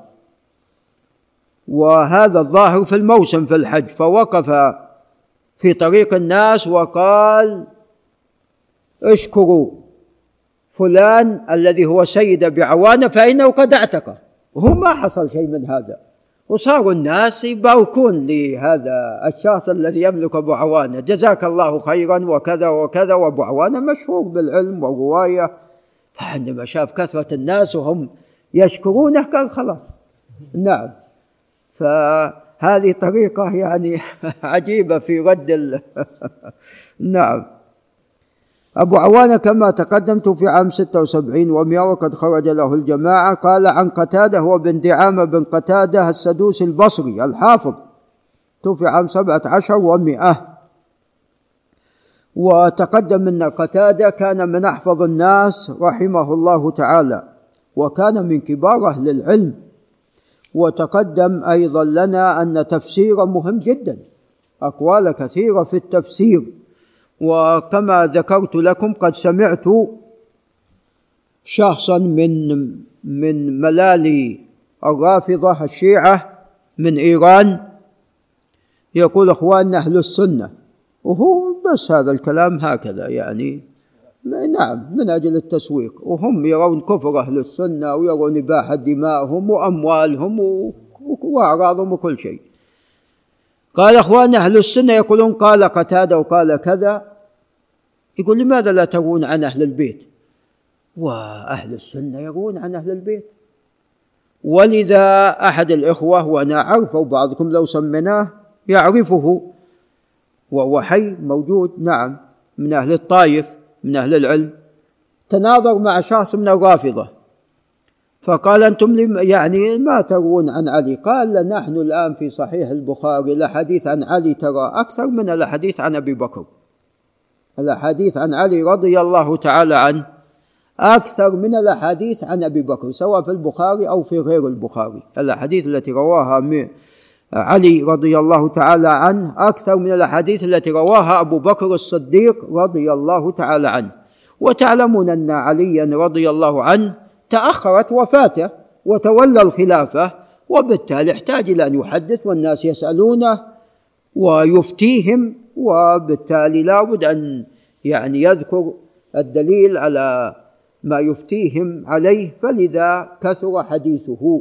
وهذا الظاهر في الموسم في الحج، فوقف في طريق الناس وقال اشكروا فلان الذي هو سيد أبي عوانة فإنه قد اعتقه، وهو ما حصل شيء من هذا، وصاروا الناس يباركون لهذا الشخص الذي يملك أبو عوانة، جزاك الله خيرا وكذا وكذا، وأبو عوانة مشهور بالعلم والرواية، فعندما شاف كثرة الناس وهم يشكرونه قال خلاص. نعم. فهذه طريقة يعني عجيبة في رد ال... نعم. أبو عوانة كما تقدمت في عام ستة وسبعين ومئة وقد خرج له الجماعة. قال عن قتادة هو بن دعامة بن قتادة السدوسي البصري الحافظ، توفي عام سبعة عشر ومئة. وتقدم أن قتادة كان من أحفظ الناس رحمه الله تعالى، وكان من كبار أهل العلم. وتقدم أيضا لنا أن تفسير مهم جدا، أقوال كثيرة في التفسير. وكما ذكرت لكم قد سمعت شخصا من من ملالي الرافضة الشيعة من إيران يقول أخواننا أهل السنة، وهو بس هذا الكلام هكذا يعني نعم من أجل التسويق، وهم يرون كفر أهل السنة ويرون إباحة دمائهم وأموالهم وأعراضهم وكل شيء. قال أخواننا أهل السنة يقولون قال قتادة وقال كذا، يقول لماذا لا تروون عن أهل البيت؟ وأهل السنة يروون عن أهل البيت. ولذا أحد الإخوة وأنا أعرفه وبعضكم لو سمناه يعرفه وهو حي موجود نعم من أهل الطائف من أهل العلم، تناظر مع شخص من الرافضة فقال أنتم يعني ما تروون عن علي؟ قال نحن الآن في صحيح البخاري الأحاديث عن علي ترى أكثر من الأحاديث عن أبي بكر، الأحاديث عن علي رضي الله تعالى عنه أكثر من الأحاديث عن أبي بكر، سواء في البخاري أو في غير البخاري. الأحاديث التي رواها علي رضي الله تعالى عنه أكثر من الأحاديث التي رواها أبو بكر الصديق رضي الله تعالى عنه. وتعلمون أن عليا رضي الله عنه تأخرت وفاته وتولى الخلافة، وبالتالي احتاج إلى أن يحدث والناس يسألونه ويفتيهم، وبالتالي لا بد أن يعني يذكر الدليل على ما يفتيهم عليه، فلذا كثر حديثه.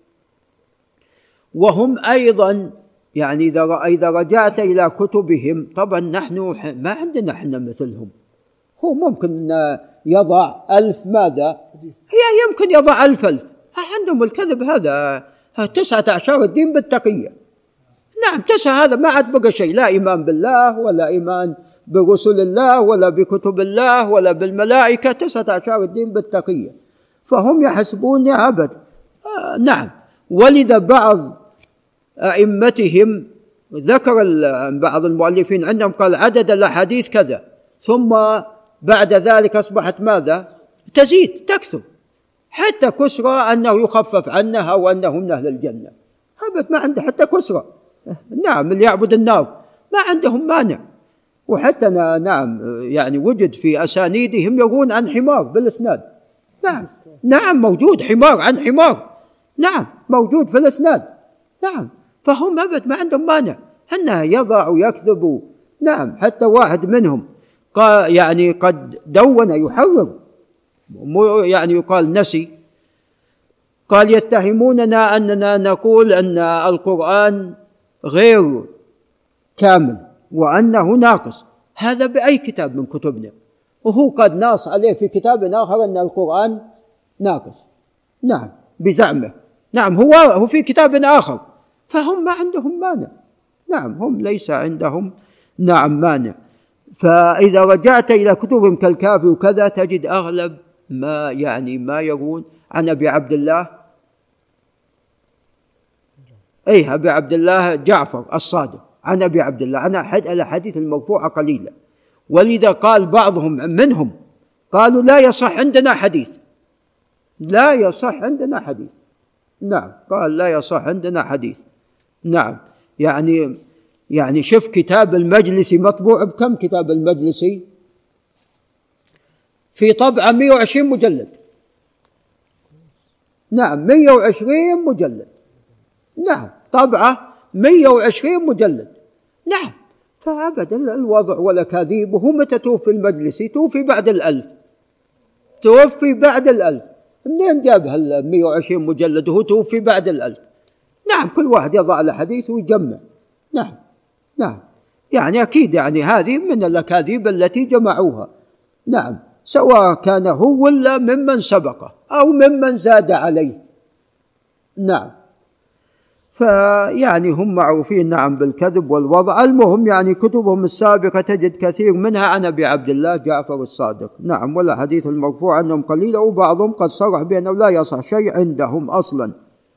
وهم أيضا يعني إذا رجعت إلى كتبهم، طبعا نحن ما عندنا احنا مثلهم، هو ممكن يضع ألف ماذا هي يمكن يضع ألف ألف، عندهم الكذب هذا تسعة عشر الدين بالتقية. نعم تسعة هذا ما عاد بقى شيء، لا إيمان بالله ولا إيمان برسل الله ولا بكتب الله ولا بالملائكة، تسعة عشر الدين بالتقية، فهم يحسبون عبد. آه نعم. ولذا بعض أئمتهم ذكر بعض المؤلفين عندهم قال عدد الأحاديث كذا، ثم بعد ذلك أصبحت ماذا تزيد تكثر حتى كسرى أنه يخفف عنها وأنه من أهل الجنة. هذا ما عنده حتى كسرى. نعم اللي يعبد النار ما عندهم مانع. وحتى نعم يعني وجد في أسانيدهم يروون عن حمار بالإسناد. نعم نعم موجود حمار عن حمار، نعم موجود في الإسناد. نعم فهم أبد ما عندهم مانع أنه يضع ويكذب. نعم حتى واحد منهم قال يعني قد دون يحرر، يعني يقال نسي، قال يتهموننا أننا نقول أن القرآن غير كامل وأنه ناقص، هذا بأي كتاب من كتبنا، وهو قد ناص عليه في كتاب آخر أن القرآن ناقص، نعم بزعمه، نعم هو هو في كتاب آخر، فهم ما عندهم مانع، نعم هم ليس عندهم نعم مانع. فإذا رجعت إلى كتبهم كالكافي وكذا تجد أغلب ما يعني ما يرون عن أبي عبد الله أي أبي عبد الله جعفر الصادق عن أبي عبد الله، عن الأحاديث المرفوعة قليلة، ولذا قال بعضهم منهم قالوا لا يصح عندنا حديث، لا يصح عندنا حديث، نعم قال لا يصح عندنا حديث، نعم يعني يعني شوف كتاب المجلسي مطبوع بكم؟ كتاب المجلسي في طبعة مئة وعشرين مجلد، نعم مئة وعشرين مجلد، نعم طبعة مئة وعشرين مجلد، نعم فأبدا الوضع ولا كاذيب. وهو متى توفي المجلسي؟ توفي بعد الألف، توفي بعد الألف، منين جاب هال مئة وعشرين مجلد وهو توفي بعد الألف؟ نعم كل واحد يضع له حديث ويجمع، نعم نعم يعني أكيد يعني هذه من الأكاذيب التي جمعوها، نعم سواء كان هو ولا ممن سبقه أو ممن زاد عليه، نعم فيعني هم معروفين نعم بالكذب والوضع. المهم يعني كتبهم السابقة تجد كثير منها عن أبي عبد الله جعفر الصادق، نعم ولا حديث المرفوع عنهم قليلة، وبعضهم قد صرح بأنه لا يصح شيء عندهم أصلا.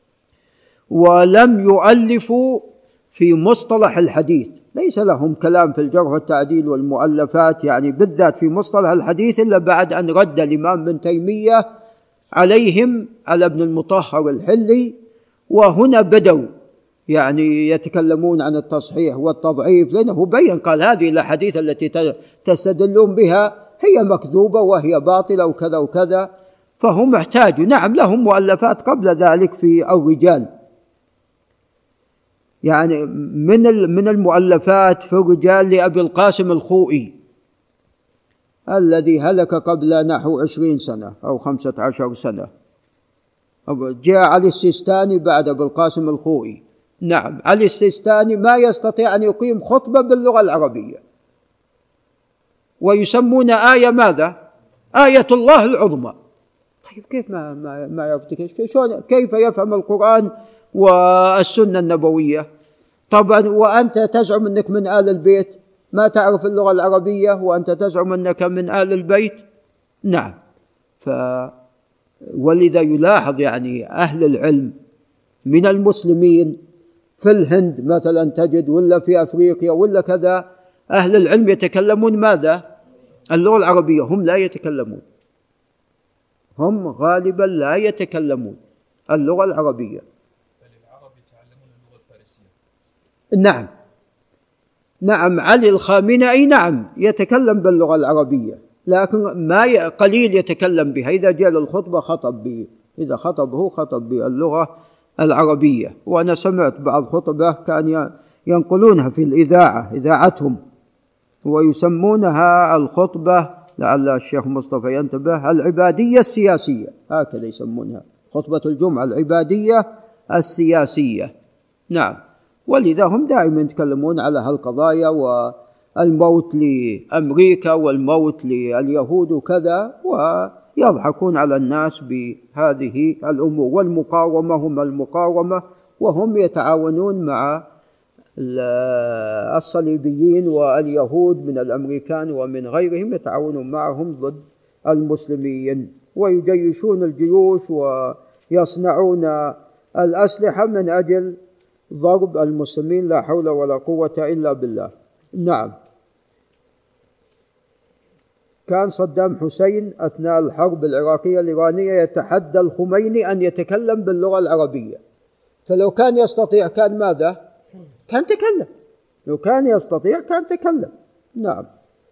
ولم يؤلفوا في مصطلح الحديث، ليس لهم كلام في الجرح والتعديل والمؤلفات يعني بالذات في مصطلح الحديث إلا بعد أن رد الإمام ابن تيمية عليهم على ابن المطهر الحلي، وهنا بدوا يعني يتكلمون عن التصحيح والتضعيف، لأنه بين قال هذه الأحاديث التي تستدلون بها هي مكذوبة وهي باطلة وكذا وكذا، فهم احتاجوا نعم لهم مؤلفات قبل ذلك في الرجال، يعني من من المؤلفات في الرجال لأبي القاسم الخوئي الذي هلك قبل نحو عشرين سنة أو خمسة عشر سنة، جاء علي السيستاني بعد أبي القاسم الخوئي، نعم علي السيستاني ما يستطيع أن يقيم خطبة باللغة العربية، ويسمون آية ماذا؟ آية الله العظمى. طيب كيف ما ما ما يفتكر شلون كيف يفهم القرآن والسنة النبوية؟ طبعا وأنت تزعم أنك من آل البيت ما تعرف اللغة العربية وأنت تزعم أنك من آل البيت، نعم ف ولذا يلاحظ يعني أهل العلم من المسلمين في الهند مثلا تجد ولا في أفريقيا ولا كذا، أهل العلم يتكلمون ماذا؟ اللغة العربية، هم لا يتكلمون، هم غالبا لا يتكلمون اللغة العربية. العرب يتعلمون اللغة الفارسية. نعم نعم علي الخامنئي نعم يتكلم باللغة العربية، لكن ما قليل يتكلم بها، إذا جاء للخطبة خطب به، إذا خطبه خطب باللغة العربية. وأنا سمعت بعض خطبه كان ينقلونها في الإذاعة إذاعتهم ويسمونها الخطبة، لعل الشيخ مصطفى ينتبه، العبادية السياسية، هكذا يسمونها خطبة الجمعة العبادية السياسية، نعم ولذا هم دائما يتكلمون على هالقضايا والموت لأمريكا والموت لليهود وكذا، ويضحكون على الناس بهذه الأمور. والمقاومة هم المقاومة، وهم يتعاونون مع الصليبيين واليهود من الأمريكان ومن غيرهم، يتعاونون معهم ضد المسلمين ويجيشون الجيوش ويصنعون الأسلحة من أجل ضرب المسلمين، لا حول ولا قوة إلا بالله. نعم كان صدام حسين أثناء الحرب العراقية الإيرانية يتحدى الخميني أن يتكلم باللغة العربية، فلو كان يستطيع كان ماذا؟ كان تكلم، لو كان يستطيع كان تكلم. نعم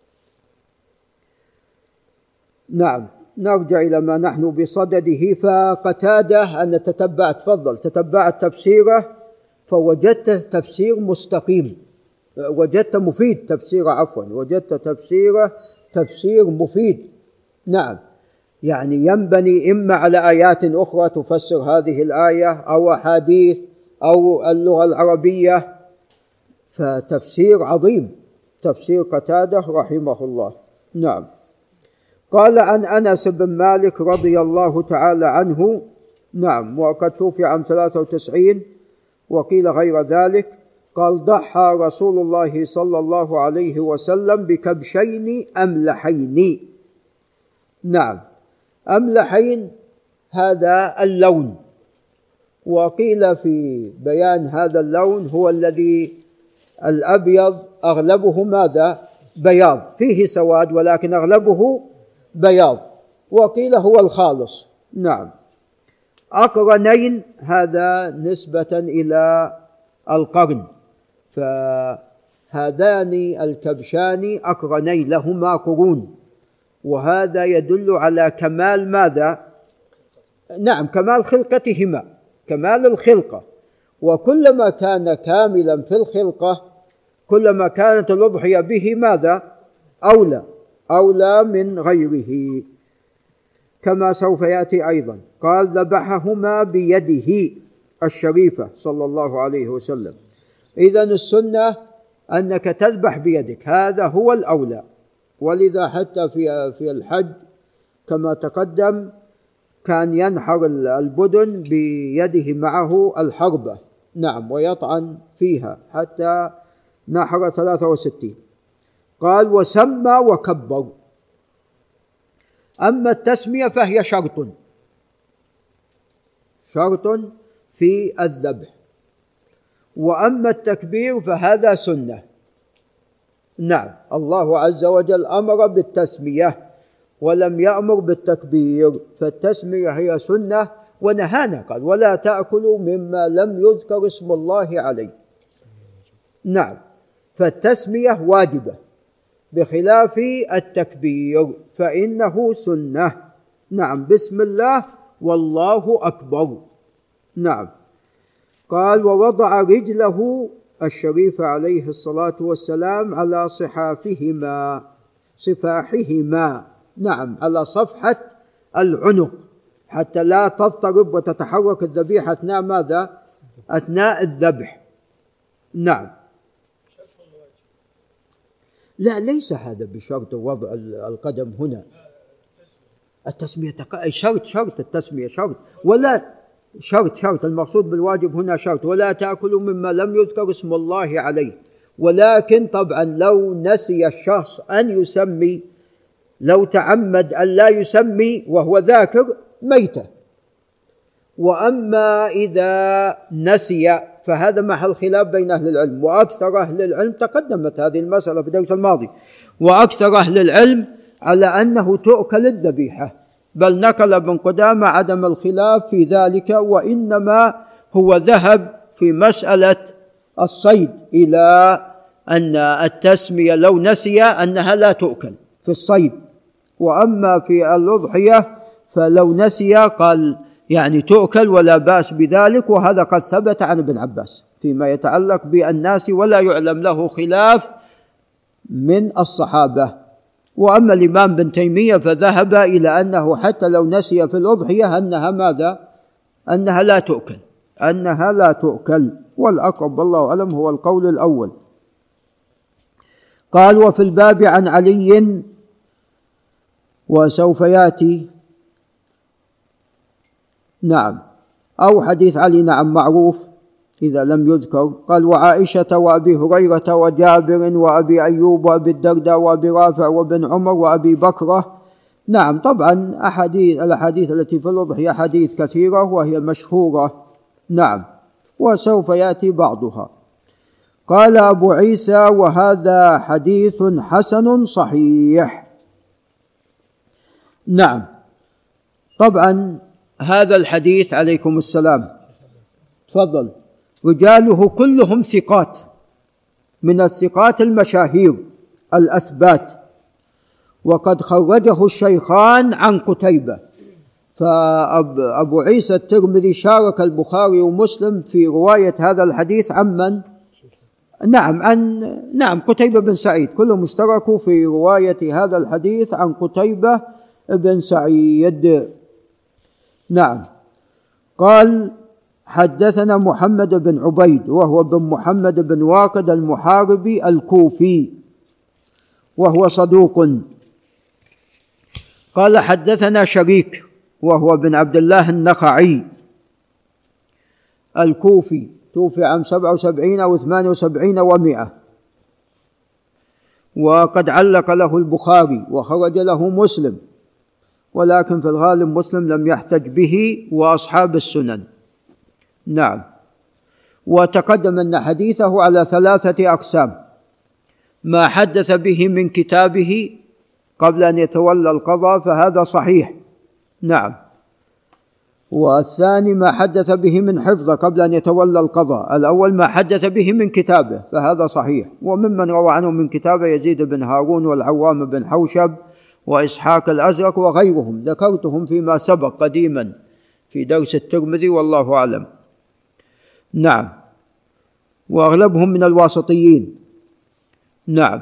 نعم نرجع إلى ما نحن بصدده. فقتادة أن تتبع تفضل تتبعت تفسيره فوجدت تفسير مستقيم، وجدت مفيد تفسيره عفوا وجدت تفسيره تفسير مفيد، نعم يعني ينبني إما على آيات أخرى تفسر هذه الآية أو أحاديث أو اللغة العربية، فتفسير عظيم، تفسير قتادة رحمه الله. نعم. قال عن أنس بن مالك رضي الله تعالى عنه، نعم، وقد توفي عام ثلاثة وتسعين وقيل غير ذلك، قال ضحى رسول الله صلى الله عليه وسلم بكبشين أملحين. نعم، أملحين هذا اللون، وقيل في بيان هذا اللون هو الذي الأبيض أغلبه ماذا؟ بياض، فيه سواد ولكن أغلبه بياض، وقيل هو الخالص. نعم. أقرنين هذا نسبة إلى القرن، فهذان الكبشان أقرنين لهما قرون، وهذا يدل على كمال ماذا؟ نعم، كمال خلقتهما، كمال الخلقة، وكلما كان كاملا في الخلقة كلما كانت الأضحية به ماذا؟ أولى، أولى من غيره، كما سوف يأتي أيضا. قال ذبحهما بيده الشريفة صلى الله عليه وسلم. إذن السنة أنك تذبح بيدك، هذا هو الأولى، ولذا حتى في في الحج كما تقدم كان ينحر البدن بيده معه الحربة، نعم، ويطعن فيها حتى نحر ثلاثة وستين. قال وسمى وكبر. أما التسمية فهي شرط، شرط في الذبح، وأما التكبير فهذا سنة. نعم، الله عز وجل أمر بالتسمية ولم يأمر بالتكبير، فالتسمية هي سنة، ونهانا قال ولا تأكلوا مما لم يذكر اسم الله عليه. نعم، فالتسمية واجبة بخلاف التكبير فإنه سنة. نعم، بسم الله والله أكبر. نعم. قال ووضع رجله الشريف عليه الصلاة والسلام على صحافهما، صفاحهما، نعم، على صفحة العنق حتى لا تضطرب وتتحرك الذبيحة أثناء ماذا؟ أثناء الذبح. نعم. لا، ليس هذا بشرط وضع القدم هنا، التسمية شرط، شرط التسمية شرط، ولا شرط شرط المقصود بالواجب هنا شرط، ولا تأكلوا مما لم يذكر اسم الله عليه. ولكن طبعا لو نسي الشخص أن يسمي، لو تعمد أن لا يسمي وهو ذاكر ميتة. وأما إذا نسي فهذا محل خلاف بين أهل العلم، وأكثر أهل العلم تقدمت هذه المسألة في الدرس الماضي، وأكثر أهل العلم على أنه تؤكل الذبيحة، بل نقل ابن قدامة عدم الخلاف في ذلك، وإنما هو ذهب في مسألة الصيد إلى أن التسمية لو نسي أنها لا تؤكل في الصيد، وأما في الأضحية فلو نسي قال يعني تؤكل ولا بأس بذلك، وهذا قد ثبت عن ابن عباس فيما يتعلق بالناس، ولا يعلم له خلاف من الصحابة. وأما الإمام ابن تيمية فذهب إلى أنه حتى لو نسي في الأضحية أنها ماذا؟ أنها لا تؤكل، أنها لا تؤكل، والأقرب والله أعلم هو القول الأول. قال وفي الباب عن علي، وسوف يأتي، نعم، أو حديث علي، نعم، معروف إذا لم يذكر. قال وعائشة وأبي هريرة وجابر وأبي أيوب وأبي الدرداء وأبي رافع وابن عمر وأبي بكرة. نعم، طبعا أحاديث الأحاديث التي في الأضحية حديث كثيرة وهي مشهورة، نعم، وسوف يأتي بعضها. قال أبو عيسى وهذا حديث حسن صحيح. نعم، طبعا هذا الحديث عليكم السلام، تفضل، رجاله كلهم ثقات، من الثقات المشاهير الأثبات، وقد خرجه الشيخان عن قتيبة. فأبو عيسى الترمذي شارك البخاري ومسلم في رواية هذا الحديث عن من؟ نعم، عن نعم قتيبة بن سعيد، كلهم اشتركوا في رواية هذا الحديث عن قتيبة بن سعيد. نعم. قال حدثنا محمد بن عبيد وهو بن محمد بن واقد المحاربي الكوفي وهو صدوق. قال حدثنا شريك وهو بن عبد الله النخعي الكوفي، توفي عام سبعة وسبعين أو ثمانية وسبعين ومائة، وقد علق له البخاري وخرج له مسلم، ولكن في الغالب مسلم لم يحتج به وأصحاب السنن. نعم. وتقدم أن حديثه على ثلاثة أقسام: ما حدث به من كتابه قبل أن يتولى القضاء فهذا صحيح، نعم. والثاني ما حدث به من حفظه قبل أن يتولى القضاء. الأول ما حدث به من كتابه فهذا صحيح. وممن روى عنه من كتابه يزيد بن هارون والعوام بن حوشب وإسحاق الأزرق وغيرهم، ذكرتهم فيما سبق قديما في درس الترمذي والله أعلم. نعم. وأغلبهم من الواسطيين. نعم.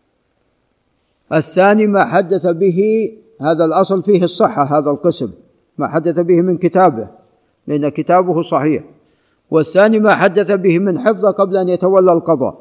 الثاني ما حدث به، هذا الأصل فيه الصحة، هذا القسم ما حدث به من كتابه لأن كتابه صحيح. والثاني ما حدث به من حفظه قبل أن يتولى القضاء،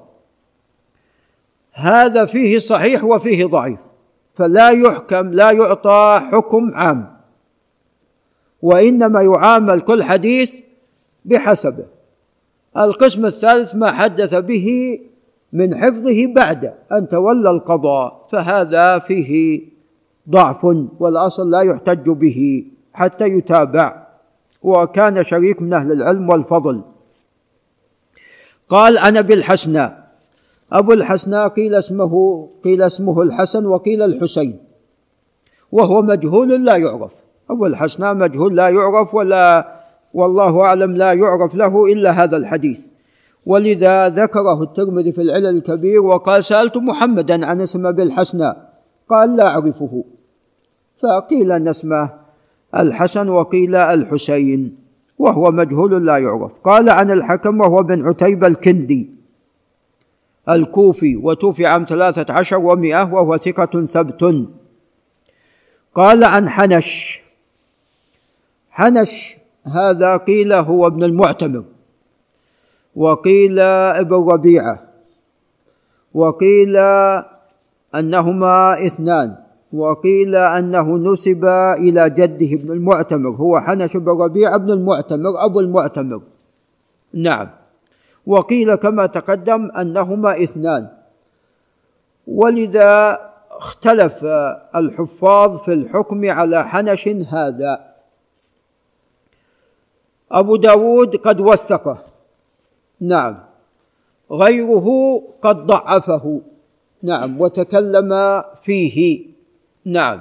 هذا فيه صحيح وفيه ضعيف، فلا يحكم، لا يعطى حكم عام، وإنما يعامل كل حديث بحسبه. القسم الثالث ما حدث به من حفظه بعد أن تولى القضاء، فهذا فيه ضعف والأصل لا يحتج به حتى يتابع، وكان شريك من أهل العلم والفضل. قال عن أبي الحسناء. أبو الحسناء قيل اسمه قيل اسمه الحسن وقيل الحسين، وهو مجهول لا يعرف. أبو الحسناء مجهول لا يعرف، ولا والله أعلم لا يعرف له إلا هذا الحديث، ولذا ذكره الترمذي في العلل الكبير وقال: سألت محمدا عن اسم أبي الحسناء قال لا أعرفه، فقيل أن اسمه الحسن وقيل الحسين، وهو مجهول لا يعرف. قال عن الحكم وهو بن عتيبة الكندي الكوفي، وتوفي عام ثلاثة عشر ومائة، وهو ثقة ثبت. قال عن حنش. حنش هذا قيل هو ابن المعتمر، وقيل ابن ربيعة، وقيل أنهما اثنان، وقيل أنه نسب إلى جده ابن المعتمر، هو حنش بن ربيعة ابن المعتمر أبو المعتمر. نعم. وقيل كما تقدم أنهما اثنان، ولذا اختلف الحفاظ في الحكم على حنش هذا. أبو داود قد وثقه، نعم، غيره قد ضعفه، نعم، وتكلم فيه، نعم،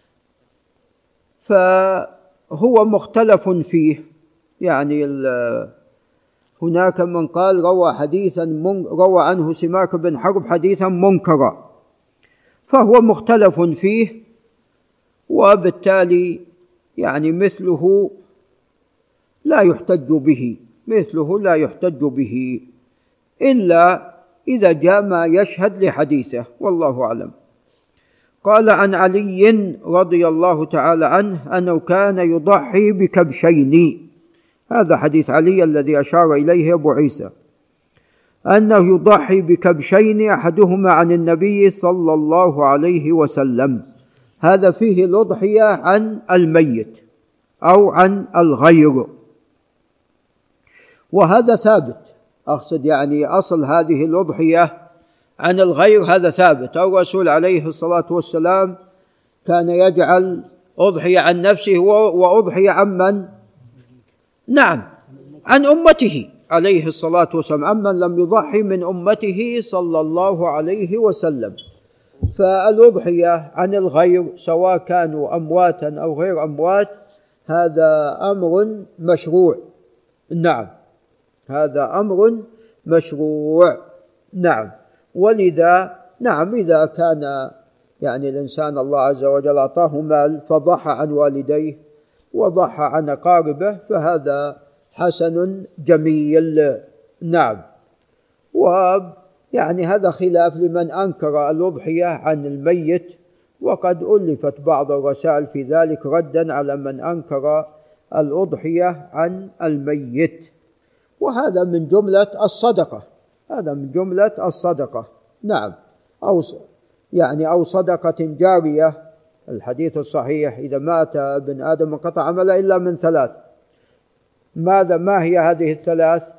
فهو مختلف فيه. يعني هناك من قال روى حديثا من روى عنه سماك بن حرب حديثا منكرا، فهو مختلف فيه، وبالتالي يعني مثله لا يحتج به، مثله لا يحتج به إلا إذا جاء ما يشهد لحديثه، والله أعلم. قال عن علي رضي الله تعالى عنه أنه كان يضحي بكبشين، هذا حديث علي الذي أشار إليه أبو عيسى، أنه يضحي بكبشين أحدهما عن النبي صلى الله عليه وسلم، هذا فيه الأضحية عن الميت أو عن الغير، وهذا ثابت، أقصد يعني أصل هذه الأضحية عن الغير هذا ثابت. الرسول عليه الصلاة والسلام كان يجعل أضحية عن نفسه وأضحية عن من؟ نعم، عن أمته عليه الصلاة والسلام، أمن لم يضحي من أمته صلى الله عليه وسلم. فالأضحية عن الغير سواء كانوا أمواتا أو غير أموات هذا أمر مشروع، نعم، هذا أمر مشروع، نعم. ولذا نعم إذا كان يعني الإنسان الله عز وجل أعطاه مال فضحى عن والديه وضحى عن أقاربه فهذا حسن جميل، نعم. ويعني هذا خلاف لمن أنكر الأضحية عن الميت، وقد ألفت بعض الرسائل في ذلك ردا على من أنكر الأضحية عن الميت، وهذا من جملة الصدقة، هذا من جملة الصدقة. نعم، أو يعني أو صدقة جارية. الحديث الصحيح: إذا مات ابن آدم انقطع عمله إلا من ثلاث. ماذا ما هي هذه الثلاث؟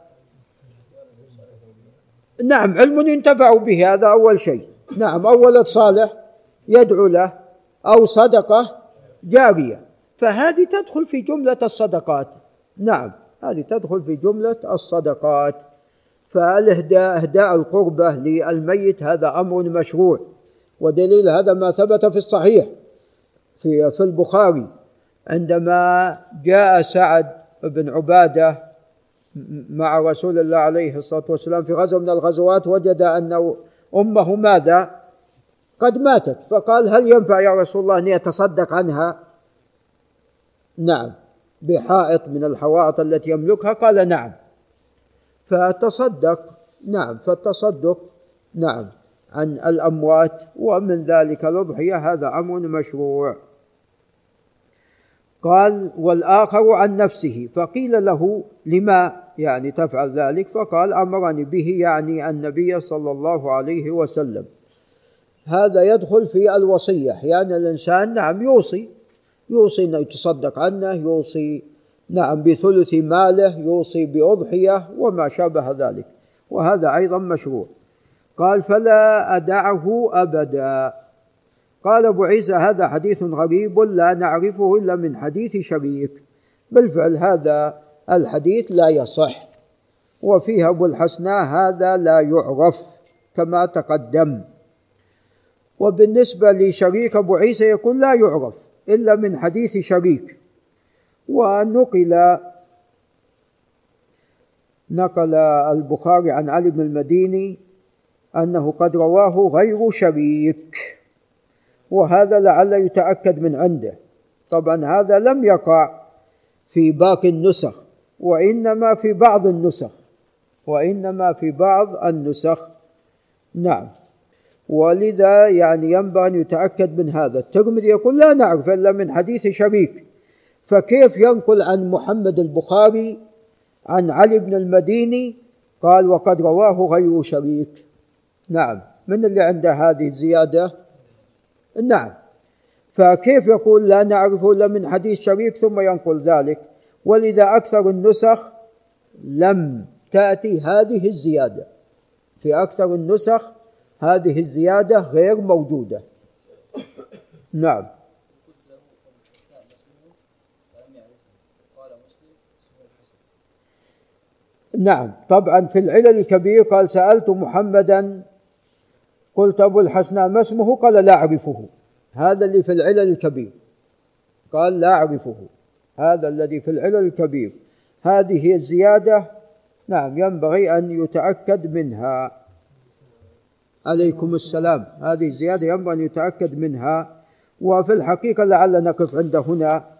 نعم، علم ينتفع به، هذا أول شيء. نعم، أو ولد صالح يدعو له، أو صدقة جارية، فهذه تدخل في جملة الصدقات. نعم، هذه تدخل في جملة الصدقات. فالإهداء إهداء القربة للميت هذا أمر مشروع، ودليل هذا ما ثبت في الصحيح في في البخاري عندما جاء سعد بن عبادة مع رسول الله عليه الصلاة والسلام في غزوة من الغزوات، وجد أن أمه ماذا؟ قد ماتت، فقال: هل ينفع يا رسول الله أن يتصدق عنها؟ نعم، بحائط من الحوائط التي يملكها. قال: نعم. فتصدق. نعم، فالتصدق نعم عن الأموات ومن ذلك الأضحية هذا أمر مشروع. قال: والآخر عن نفسه، فقيل له: لما يعني تفعل ذلك؟ فقال: أمرني به، يعني النبي صلى الله عليه وسلم. هذا يدخل في الوصية، يعني الإنسان نعم يوصي يوصي أن يتصدق عنه، يوصي نعم بثلث ماله، يوصي بأضحية وما شابه ذلك، وهذا أيضا مشروع. قال: فلا أدعه أبدا. قال أبو عيسى: هذا حديث غريب لا نعرفه إلا من حديث شريك. بالفعل هذا الحديث لا يصح، وفيه أبو الحسناء هذا لا يعرف كما تقدم. وبالنسبة لشريك أبو عيسى يقول لا يعرف إلا من حديث شريك. ونقل نقل البخاري عن علي بن المديني أنه قد رواه غير شريك، وهذا لعل يتأكد من عنده. طبعا هذا لم يقع في باقي النسخ، وإنما في بعض النسخ وإنما في بعض النسخ نعم، ولذا يعني ينبغي أن يتأكد من هذا. الترمذي يقول لا نعرف إلا من حديث شريك، فكيف ينقل عن محمد البخاري عن علي بن المديني؟ قال: وقد رواه غير شريك. نعم، من اللي عنده هذه الزيادة؟ نعم، فكيف يقول لا نعرفه إلا من حديث شريك ثم ينقل ذلك؟ ولذا أكثر النسخ لم تأتي هذه الزيادة، في أكثر النسخ هذه الزيادة غير موجودة. نعم. نعم، طبعا في العلل الكبير قال: سألت محمدا قلت أبو الحسناء ما اسمه؟ قال: لا أعرفه. هذا اللي في العلل الكبير، قال: لا أعرفه، هذا الذي في العلل الكبير. هذه هي الزيادة نعم ينبغي أن يتأكد منها. عليكم السلام. هذه الزيادة ينبغي أن يتأكد منها. وفي الحقيقة لعل نقف عند هنا.